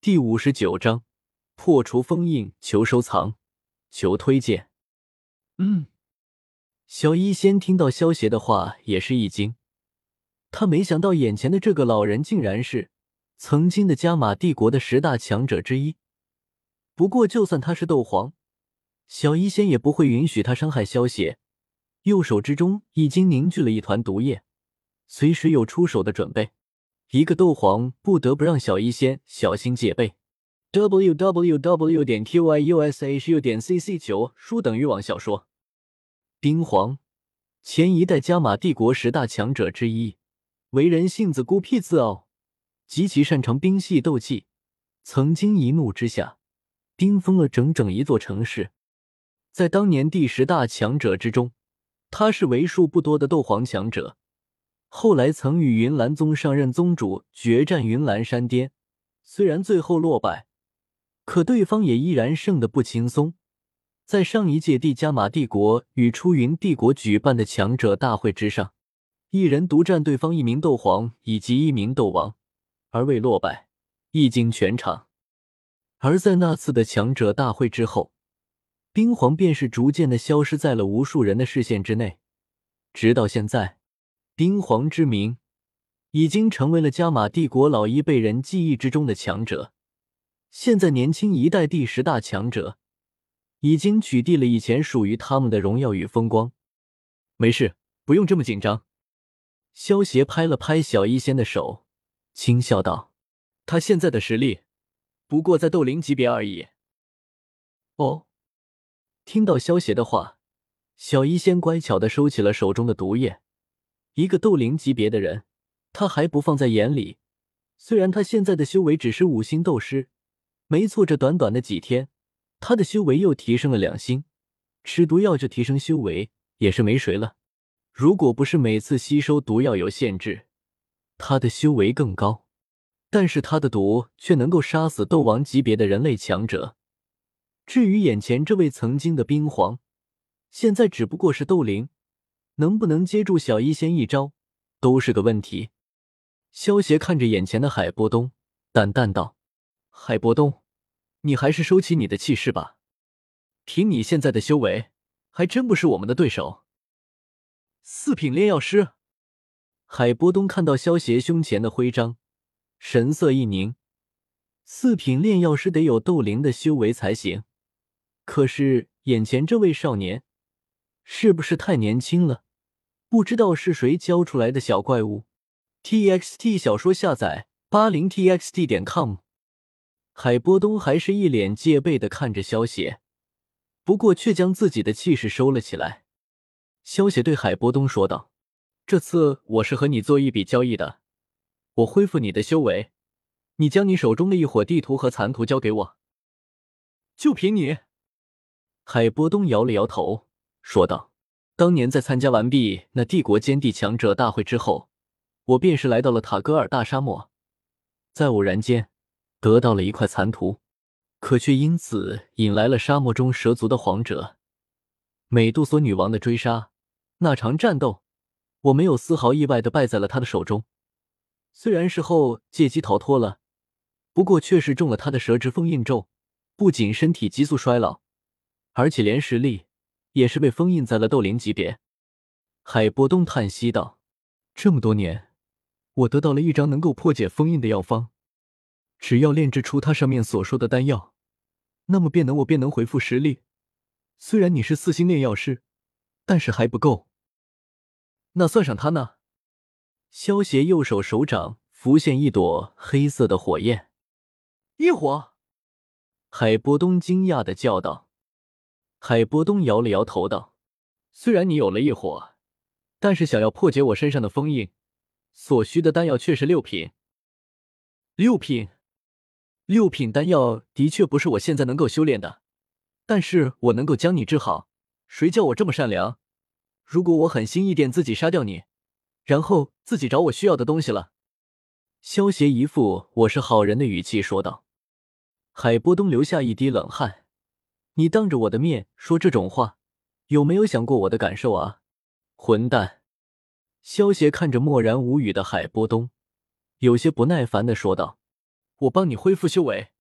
第59章破除封印，求收藏，求推荐。小医仙听到萧协的话也是一惊，他没想到眼前的这个老人竟然是曾经的加玛帝国的10大强者之一。不过就算他是斗皇，小医仙也不会允许他伤害萧协，右手之中已经凝聚了一团毒液，随时有出手的准备。一个斗皇不得不让小医仙小心戒备。www.tyushu.cc 球书等于网小说。冰皇，前一代加玛帝国10大强者之一，为人性子孤僻自傲，极其擅长冰系斗技，曾经一怒之下冰封了整整一座城市。在当年第10大强者之中，他是为数不多的斗皇强者，后来曾与云岚宗上任宗主决战云岚山巅，虽然最后落败，可对方也依然胜得不轻松。在上一届帝加玛帝国与出云帝国举办的强者大会之上，一人独占对方1名斗皇以及1名斗王，而未落败，一经全场。而在那次的强者大会之后，冰皇便是逐渐地消失在了无数人的视线之内，直到现在，冰皇之名已经成为了加玛帝国老一辈人记忆之中的强者。现在年轻一代第10大强者已经取缔了以前属于他们的荣耀与风光。没事，不用这么紧张。萧协拍了拍小医仙的手，轻笑道：他现在的实力不过在斗灵级别而已。哦，听到萧协的话，小医仙乖巧地收起了手中的毒液。一个斗灵级别的人，他还不放在眼里。虽然他现在的修为只是5星斗师，没错，这短短的几天他的修为又提升了2星，吃毒药就提升修为也是没谁了。如果不是每次吸收毒药有限制，他的修为更高，但是他的毒却能够杀死斗王级别的人类强者。至于眼前这位曾经的冰皇，现在只不过是斗灵，能不能接住小医仙一招都是个问题。萧协看着眼前的海波东，淡淡道：海波东，你还是收起你的气势吧，凭你现在的修为还真不是我们的对手。4品炼药师。海波东看到萧协胸前的徽章，神色一凝。4品炼药师得有斗灵的修为才行，可是眼前这位少年是不是太年轻了？不知道是谁教出来的小怪物。TXT 小说下载80txt.com。海波东还是一脸戒备地看着萧协，不过却将自己的气势收了起来。萧协对海波东说道：这次我是和你做一笔交易的，我恢复你的修为，你将你手中的一伙地图和残图交给我。就凭你？海波东摇了摇头，说道：当年在参加完毕那帝国间地强者大会之后，我便是来到了塔戈尔大沙漠，在偶然间得到了一块残图，可却因此引来了沙漠中蛇族的皇者美杜莎女王的追杀。那场战斗，我没有丝毫意外地败在了他的手中，虽然事后借机逃脱了，不过却是中了他的蛇之封印咒，不仅身体急速衰老，而且连实力也是被封印在了斗灵级别。海波东叹息道：这么多年，我得到了一张能够破解封印的药方，只要炼制出它上面所说的丹药，那么我便能恢复实力。虽然你是4星炼药师，但是还不够。那算上他呢？萧协右手手掌浮现一朵黑色的火焰。异火！海波东惊讶地叫道。海波东摇了摇头道：虽然你有了异火，但是想要破解我身上的封印，所需的丹药却是6品。6品？6品丹药的确不是我现在能够修炼的，但是我能够将你治好，谁叫我这么善良？如果我狠心一点，自己杀掉你，然后自己找我需要的东西了。萧协一副我是好人的语气说道。海波东流下一滴冷汗，你当着我的面说这种话，有没有想过我的感受啊？混蛋！萧协看着默然无语的海波东，有些不耐烦地说道：我帮你恢复修为，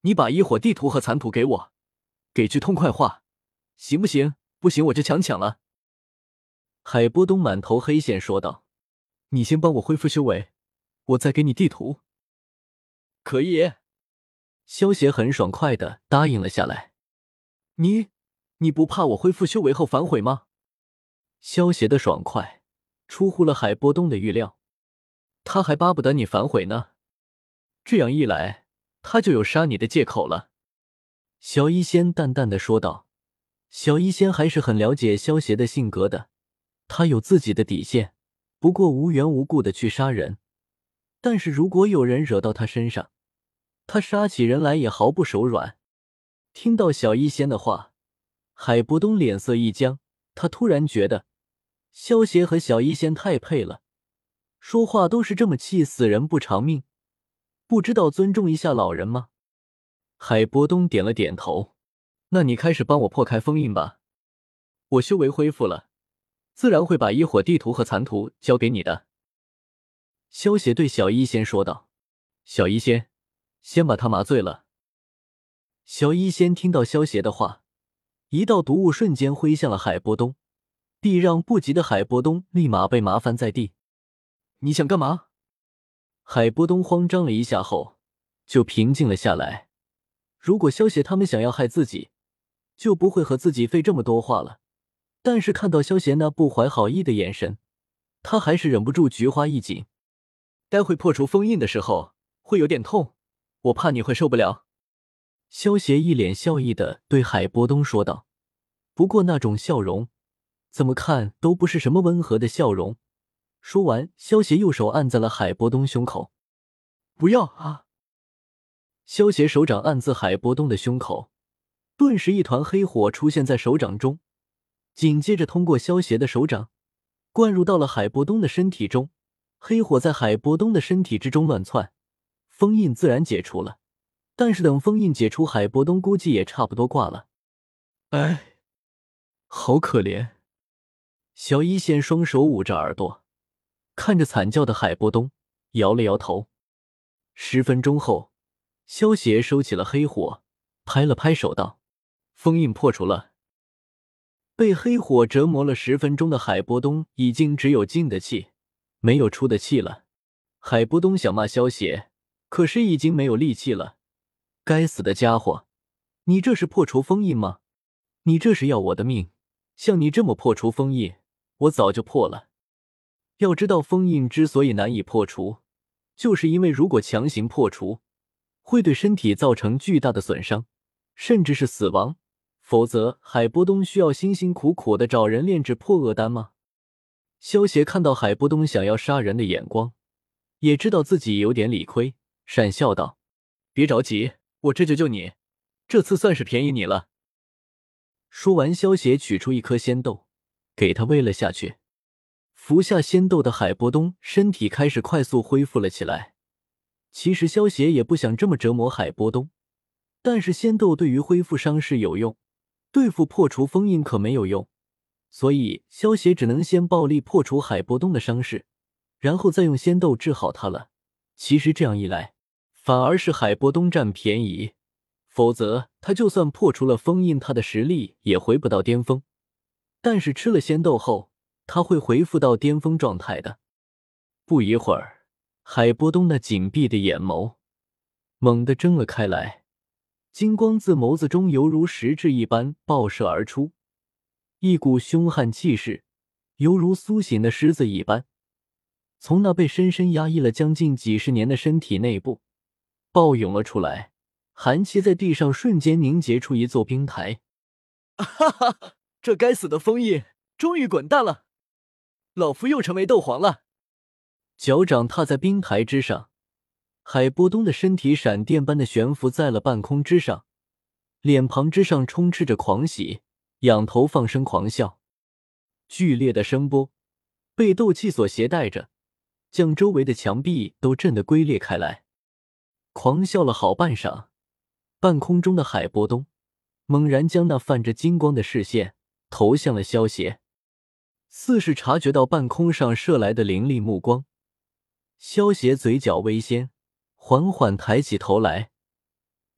你把异火地图和残图给我，给句痛快话，行不行？不行我就强了。海波东满头黑线说道：“你先帮我恢复修为，我再给你地图。”可以。萧协很爽快地答应了下来。你不怕我恢复修为后反悔吗？萧协的爽快出乎了海波东的预料，他还巴不得你反悔呢。这样一来，他就有杀你的借口了。小医仙淡淡的说道。小医仙还是很了解萧协的性格的，他有自己的底线，不过无缘无故的去杀人，但是如果有人惹到他身上，他杀起人来也毫不手软。听到小医仙的话，海波东脸色一僵，他突然觉得萧协和小医仙太配了，说话都是这么气死人不偿命，不知道尊重一下老人吗？海波东点了点头。那你开始帮我破开封印吧，我修为恢复了，自然会把异火地图和残图交给你的。萧协对小医仙说道。小医仙，先把他麻醉了。小医仙听到萧协的话，一道毒雾瞬间挥向了海波东，避让不及的海波东立马被麻翻在地。你想干嘛？海波东慌张了一下后就平静了下来。如果萧协他们想要害自己，就不会和自己费这么多话了，但是看到萧协那不怀好意的眼神，他还是忍不住菊花一紧。待会破除封印的时候会有点痛，我怕你会受不了。萧协一脸笑意地对海波东说道，不过那种笑容怎么看都不是什么温和的笑容。说完，萧协右手按在了海波东胸口。不要啊！萧协手掌按自海波东的胸口，顿时一团黑火出现在手掌中，紧接着通过萧协的手掌灌入到了海波东的身体中。黑火在海波东的身体之中乱窜，封印自然解除了，但是等封印解除，海波东估计也差不多挂了。哎，好可怜。小一仙双手捂着耳朵，看着惨叫的海波东，摇了摇头。10分钟后，萧协收起了黑火，拍了拍手道：“封印破除了。”被黑火折磨了10分钟的海波东已经只有进的气，没有出的气了。海波东想骂萧协，可是已经没有力气了。该死的家伙，你这是破除封印吗？你这是要我的命！像你这么破除封印，我早就破了。要知道封印之所以难以破除，就是因为如果强行破除，会对身体造成巨大的损伤，甚至是死亡。否则海波东需要辛辛苦苦的找人炼制破厄丹吗？萧协看到海波东想要杀人的眼光，也知道自己有点理亏，讪笑道：“别着急，我这就救你，这次算是便宜你了。”说完，萧协取出一颗仙豆，给他喂了下去。服下仙豆的海波东身体开始快速恢复了起来。其实萧协也不想这么折磨海波东，但是仙豆对于恢复伤势有用，对付破除封印可没有用，所以萧协只能先暴力破除海波东的伤势，然后再用仙豆治好他了。其实这样一来，反而是海波东占便宜，否则他就算破除了封印，他的实力也回不到巅峰。但是吃了仙豆后，他会恢复到巅峰状态的。不一会儿，海波东那紧闭的眼眸猛地睁了开来，金光自眸子中犹如实质一般爆射而出，一股凶悍气势犹如苏醒的狮子一般，从那被深深压抑了将近几十年的身体内部暴涌了出来，寒气在地上瞬间凝结出一座冰台。哈哈，这该死的封印终于滚蛋了，老夫又成为斗皇了。脚掌踏在冰台之上，海波东的身体闪电般的悬浮在了半空之上，脸庞之上充斥着狂喜，仰头放声狂笑。剧烈的声波被斗气所携带着，将周围的墙壁都震得龟裂开来。狂笑了好半晌，半空中的海波东猛然将那泛着金光的视线投向了萧协，似是察觉到半空上射来的凌厉目光。萧协嘴角微掀，缓缓抬起头来，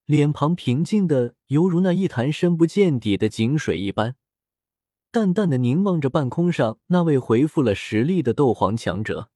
脸庞平静的犹如那一潭深不见底的井水一般，淡淡的凝望着半空上那位恢复了实力的斗皇强者。